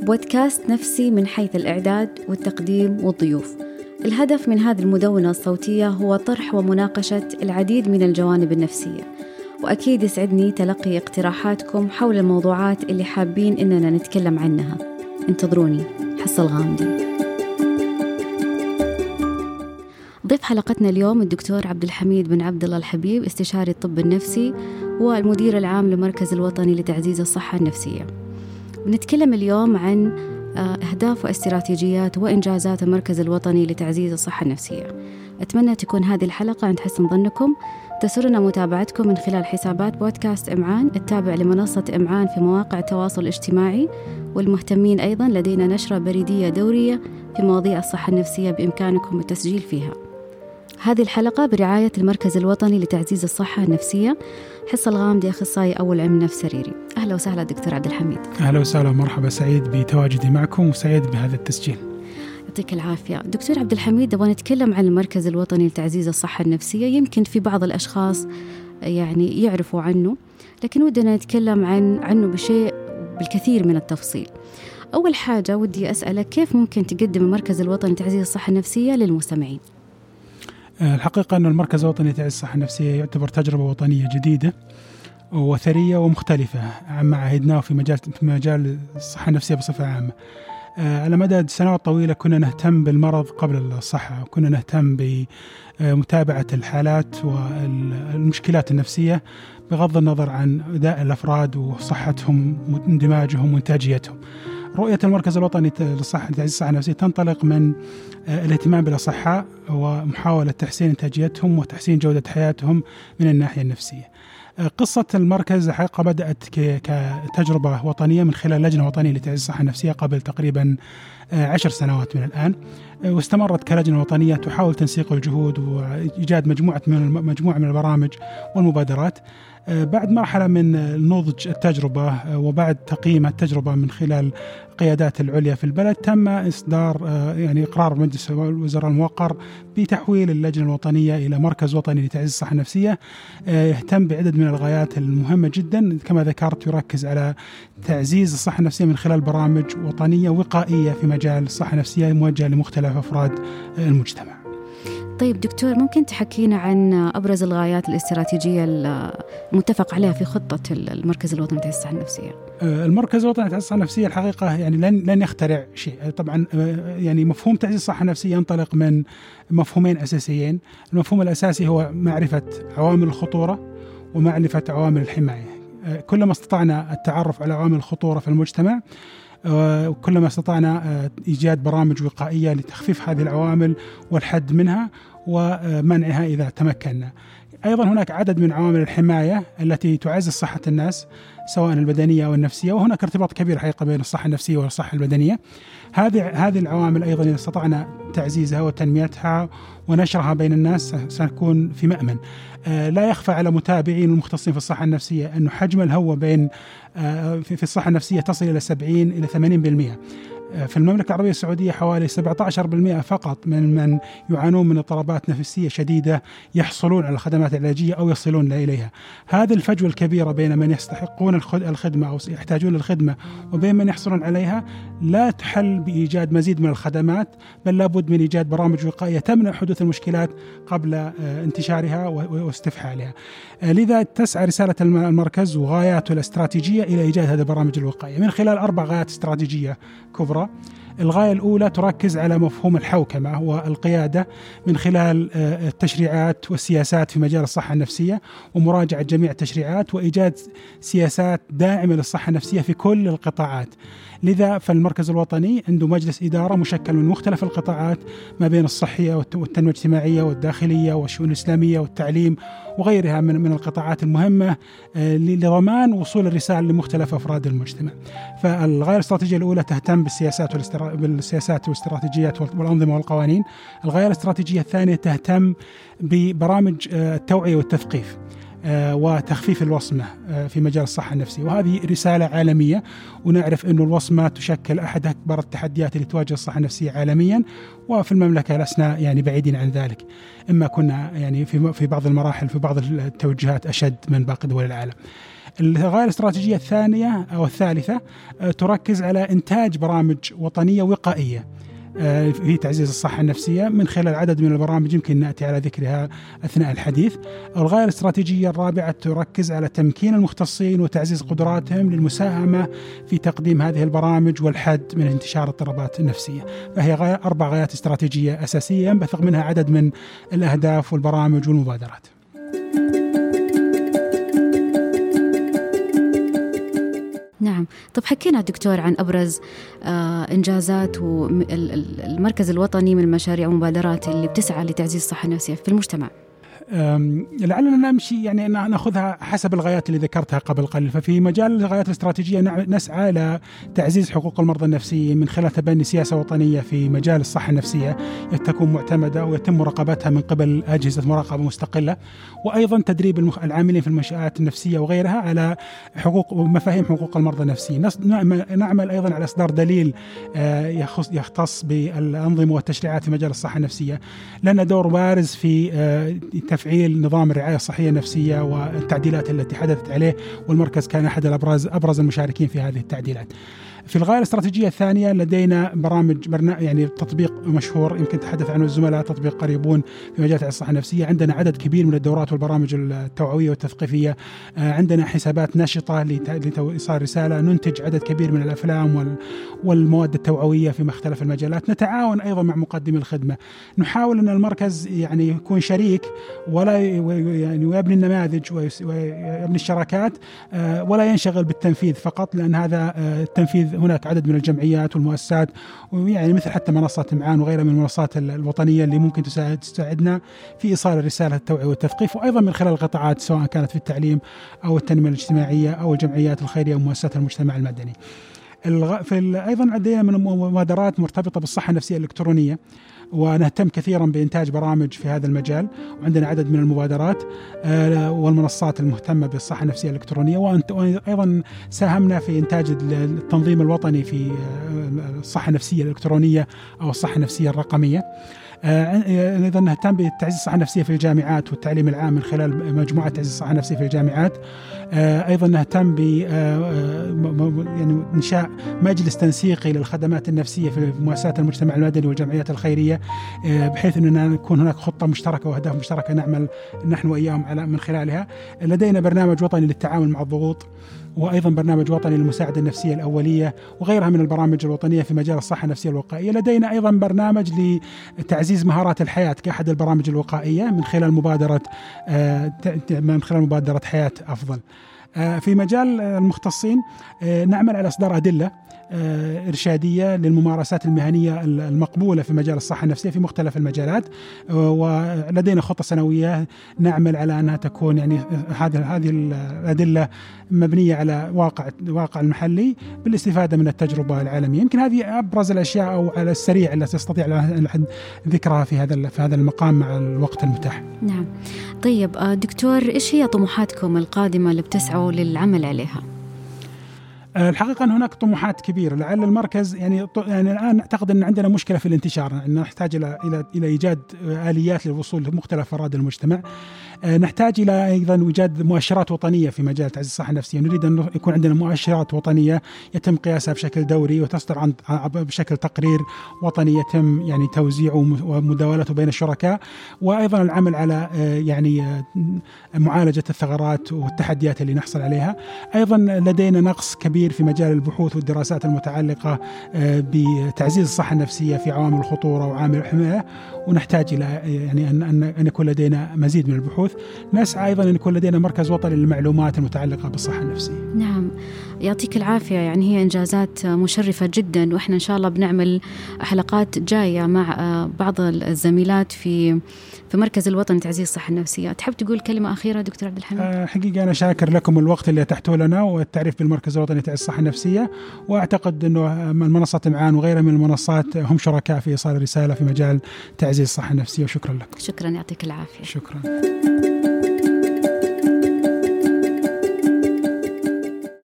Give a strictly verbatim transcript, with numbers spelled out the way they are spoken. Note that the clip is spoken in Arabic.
بودكاست نفسي من حيث الإعداد والتقديم والضيوف. الهدف من هذه المدونة الصوتية هو طرح ومناقشة العديد من الجوانب النفسية، وأكيد يسعدني تلقي اقتراحاتكم حول الموضوعات اللي حابين إننا نتكلم عنها. انتظروني، حصة الغامدي. ضيف حلقتنا اليوم الدكتور عبد الحميد بن عبد الله الحبيب، استشاري الطب النفسي والمدير العام للمركز الوطني لتعزيز الصحة النفسية. بنتكلم اليوم عن أهداف واستراتيجيات وإنجازات المركز الوطني لتعزيز الصحة النفسية. أتمنى تكون هذه الحلقة عند حسن ظنكم. تسرنا متابعتكم من خلال حسابات بودكاست إمعان التابع لمنصة إمعان في مواقع التواصل الاجتماعي، والمهتمين أيضا لدينا نشرة بريدية دورية في مواضيع الصحة النفسية بإمكانكم التسجيل فيها. هذه الحلقة برعاية المركز الوطني لتعزيز الصحة النفسية. حصة الغامدي، أخصائي أول علم نفس سريري. أهلا وسهلا دكتور عبد الحميد. أهلا وسهلا ومرحبا، سعيد بتواجدي معكم وسعيد بهذا التسجيل. يعطيك العافية دكتور عبد الحميد. نبغى نتكلم عن المركز الوطني لتعزيز الصحة النفسية. يمكن في بعض الأشخاص يعني يعرفوا عنه، لكن ودنا نتكلم عن عنه بشيء بالكثير من التفصيل. أول حاجة ودي أسألك، كيف ممكن تقدم المركز الوطني لتعزيز الصحة النفسية للمستمعين؟ الحقيقة أن المركز الوطني لتعزيز الصحة النفسية يعتبر تجربة وطنية جديدة وثرية ومختلفة عما عهدناه في مجال في مجال الصحة النفسية بصفة عامة. على مدى سنوات طويلة كنا نهتم بالمرض قبل الصحة، وكنا نهتم بمتابعة الحالات والمشكلات النفسية بغض النظر عن أداء الأفراد وصحتهم واندماجهم وإنتاجيتهم. رؤية المركز الوطني للصحة لتعزيز الصحة النفسية تنطلق من الاهتمام بالأصحاء ومحاولة تحسين إنتاجيتهم وتحسين جودة حياتهم من الناحية النفسية. قصة المركز الحقيقة بدأت كتجربة وطنية من خلال لجنة وطنية لتعزيز الصحة النفسية قبل تقريبا عشر سنوات من الآن، واستمرت كلجنة وطنية تحاول تنسيق الجهود وإيجاد مجموعة من مجموعة من البرامج والمبادرات. بعد مرحلة من نضج التجربة وبعد تقييم التجربة من خلال قيادات العليا في البلد، تم إصدار يعني إقرار مجلس الوزراء الموقر بتحويل اللجنة الوطنية إلى مركز وطني لتعزيز الصحة النفسية يهتم بعدد من الغايات المهمة جدا. كما ذكرت، يركز على تعزيز الصحة النفسية من خلال برامج وطنية وقائية في مجال الصحة النفسية موجهة لمختلف أفراد المجتمع. طيب دكتور، ممكن تحكينا عن أبرز الغايات الاستراتيجية المتفق عليها في خطة المركز الوطني لتعزيز الصحة النفسية؟ المركز الوطني لتعزيز الصحة النفسية الحقيقة يعني لن لن يخترع شيء. طبعا يعني مفهوم تعزيز الصحة النفسية ينطلق من مفهومين أساسيين. المفهوم الأساسي هو معرفة عوامل الخطورة ومعرفة عوامل الحماية. كلما استطعنا التعرف على عوامل الخطورة في المجتمع، وكلما استطعنا إيجاد برامج وقائية لتخفيف هذه العوامل والحد منها ومنعها إذا تمكنا. أيضا هناك عدد من عوامل الحماية التي تعزز صحة الناس سواء البدنية أو النفسية، وهناك ارتباط كبير حقيقة بين الصحة النفسية والصحة البدنية. هذه هذه العوامل أيضا إذا استطعنا تعزيزها وتنميتها ونشرها بين الناس سنكون في مأمن. آه لا يخفى على متابعين المختصين في الصحة النفسية أنه حجم الهوة بين آه في, في الصحة النفسية تصل إلى سبعين إلى ثمانين بالمئة. في المملكة العربية السعودية حوالي سبعة عشر بالمئة فقط من من يعانون من اضطرابات نفسية شديدة يحصلون على الخدمات العلاجية أو يصلون إليها. هذه الفجوة الكبيرة بين من يستحقون الخدمة أو يحتاجون للخدمة وبين من يحصلون عليها لا تحل بإيجاد مزيد من الخدمات، بل لابد من إيجاد برامج وقائية تمنع حدوث المشكلات قبل انتشارها واستفحالها. لذا تسعى رسالة المركز وغاياته الاستراتيجية إلى إيجاد هذه البرامج الوقائية من خلال أربع غايات استراتيجية كبرى. الغاية الأولى تركز على مفهوم الحوكمة والقيادة من خلال التشريعات والسياسات في مجال الصحة النفسية ومراجعة جميع التشريعات وإيجاد سياسات داعمة للصحة النفسية في كل القطاعات. لذا فالمركز الوطني عنده مجلس إدارة مشكل من مختلف القطاعات ما بين الصحية والتنمية الاجتماعية والداخلية والشؤون الإسلامية والتعليم وغيرها من من القطاعات المهمة لضمان وصول الرسالة لمختلف أفراد المجتمع. فالغاية الاستراتيجية الأولى تهتم بالسياسات والاسترا... بالسياسات والاستراتيجيات والأنظمة والقوانين. الغاية الاستراتيجية الثانية تهتم ببرامج التوعية والتثقيف. وتخفيف الوصمة في مجال الصحة النفسية، وهذه رسالة عالمية، ونعرف أن الوصمة تشكل أحد أكبر التحديات اللي تواجه الصحة النفسية عالميا، وفي المملكة لسنا يعني بعيدين عن ذلك، إما كنا يعني في في بعض المراحل في بعض التوجهات أشد من باقي دول العالم. الغاية الاستراتيجية الثانية أو الثالثة تركز على إنتاج برامج وطنية وقائية في تعزيز الصحة النفسية من خلال عدد من البرامج يمكن نأتي على ذكرها أثناء الحديث. الغاية الاستراتيجية الرابعة تركز على تمكين المختصين وتعزيز قدراتهم للمساهمة في تقديم هذه البرامج والحد من انتشار الاضطرابات النفسية. فهي غاية أربع غايات استراتيجية أساسية ينبثق منها عدد من الأهداف والبرامج والمبادرات. نعم. طب حكينا دكتور عن أبرز آه إنجازات والمركز الوطني من المشاريع والمبادرات اللي بتسعى لتعزيز الصحة النفسية في المجتمع. لعلنا نمشي يعني نأخذها حسب الغايات اللي ذكرتها قبل قليل. ففي مجال الغايات الاستراتيجية نسعى لتعزيز حقوق المرضى النفسيين من خلال تبني سياسة وطنية في مجال الصحة النفسية تكون معتمدة ويتم مراقبتها من قبل أجهزة مراقبة مستقلة، وأيضا تدريب العاملين في المنشآت النفسية وغيرها على حقوق ومفاهيم حقوق المرضى النفسيين. نعمل أيضا على إصدار دليل يختص بالأنظمة والتشريعات في مجال الصحة النفسية، لنا دور بارز في تفعيل نظام الرعاية الصحية النفسية والتعديلات التي حدثت عليه، والمركز كان أحد الأبرز أبرز المشاركين في هذه التعديلات. في الغاية الاستراتيجية الثانية لدينا برامج برنا يعني تطبيق مشهور يمكن تحدث عنه الزملاء، تطبيق قريبون في مجال الصحة النفسية. عندنا عدد كبير من الدورات والبرامج التوعوية والتثقيفية، عندنا حسابات نشطة لإيصال رسالة، ننتج عدد كبير من الأفلام والمواد التوعوية في مختلف المجالات. نتعاون أيضا مع مقدمي الخدمة، نحاول أن المركز يعني يكون شريك ولا يعني ويبني النماذج ويبني الشراكات ولا ينشغل بالتنفيذ فقط، لأن هذا التنفيذ هناك عدد من الجمعيات والمؤسسات ويعني مثل حتى منصة معان وغيرها من المنصات الوطنية اللي ممكن تساعد تساعدنا في إيصال الرسالة التوعية والتثقيف، وأيضا من خلال القطاعات سواء كانت في التعليم أو التنمية الاجتماعية أو الجمعيات الخيرية ومؤسسات المجتمع المدني. في أيضا لدينا من مبادرات مرتبطة بالصحة النفسية الإلكترونية، ونهتم كثيرا بإنتاج برامج في هذا المجال، وعندنا عدد من المبادرات والمنصات المهتمة بالصحة النفسية الإلكترونية، وأيضا ساهمنا في إنتاج التنظيم الوطني في الصحة النفسية الإلكترونية أو الصحة النفسية الرقمية. أيضا نهتم بتعزيز الصحة النفسية في الجامعات والتعليم العام من خلال مجموعة تعزيز الصحة النفسية في الجامعات. أيضا نهتم ب يعني إنشاء مجلس تنسيقي للخدمات النفسية في مؤسسات المجتمع المدني والجمعيات الخيرية، بحيث أننا يكون هناك خطة مشتركة وأهداف مشتركة نعمل نحن وإياهم على من خلالها. لدينا برنامج وطني للتعامل مع الضغوط، وأيضا برنامج وطني للمساعدة النفسية الأولية وغيرها من البرامج الوطنية في مجال الصحة النفسية الوقائية. لدينا أيضا برنامج لتعزيز مهارات الحياة كأحد البرامج الوقائية من خلال مبادرة من خلال مبادرة حياة أفضل. في مجال المختصين نعمل على إصدار أدلة إرشادية للممارسات المهنية المقبولة في مجال الصحة النفسية في مختلف المجالات، ولدينا خطة سنوية نعمل على أنها تكون يعني هذه هذه الأدلة مبنية على واقع واقع المحلي بالاستفادة من التجربة العالمية. يمكن هذه أبرز الأشياء أو على السريع التي تستطيع ذكرها في هذا في هذا المقام مع الوقت المتاح. نعم. طيب دكتور، إيش هي طموحاتكم القادمة اللي بتسعوا للعمل عليها؟ الحقيقة أن هناك طموحات كبيرة. لعل المركز يعني يعني الآن أعتقد أن عندنا مشكلة في الانتشار، أن نحتاج إلى إلى إلى إيجاد آليات للوصول لمختلف أفراد المجتمع. نحتاج إلى أيضا إيجاد مؤشرات وطنية في مجال تعزيز الصحة النفسية. نريد أن يكون عندنا مؤشرات وطنية يتم قياسها بشكل دوري وتصدر عن بشكل تقرير وطني يتم يعني توزيعه ومداولته بين الشركاء، وأيضا العمل على يعني معالجة الثغرات والتحديات اللي نحصل عليها. أيضا لدينا نقص كبير في مجال البحوث والدراسات المتعلقة بتعزيز الصحة النفسية في عوامل الخطورة وعوامل الحماية، ونحتاج إلى يعني أن أن يكون لدينا مزيد من البحوث. نسعى أيضا أن يكون لدينا مركز وطني للمعلومات المتعلقة بالصحة النفسية. نعم، يعطيك العافية. يعني هي إنجازات مشرفة جدا، وإحنا إن شاء الله بنعمل حلقات جاية مع بعض الزميلات في في مركز الوطني لتعزيز الصحة النفسية. تحب تقول كلمة أخيرة دكتور عبد الحميد؟ أه حقيقة أنا شاكر لكم الوقت اللي أتحتوه لنا والتعريف بالمركز الوطني لتعزيز الصحة النفسية، وأعتقد أنه من منصة معان وغيرها من المنصات هم شركاء في إيصال الرسالة في مجال تعزيز الصحة النفسية، وشكرا لكم. شكرا، يعطيك العافية. شكرا.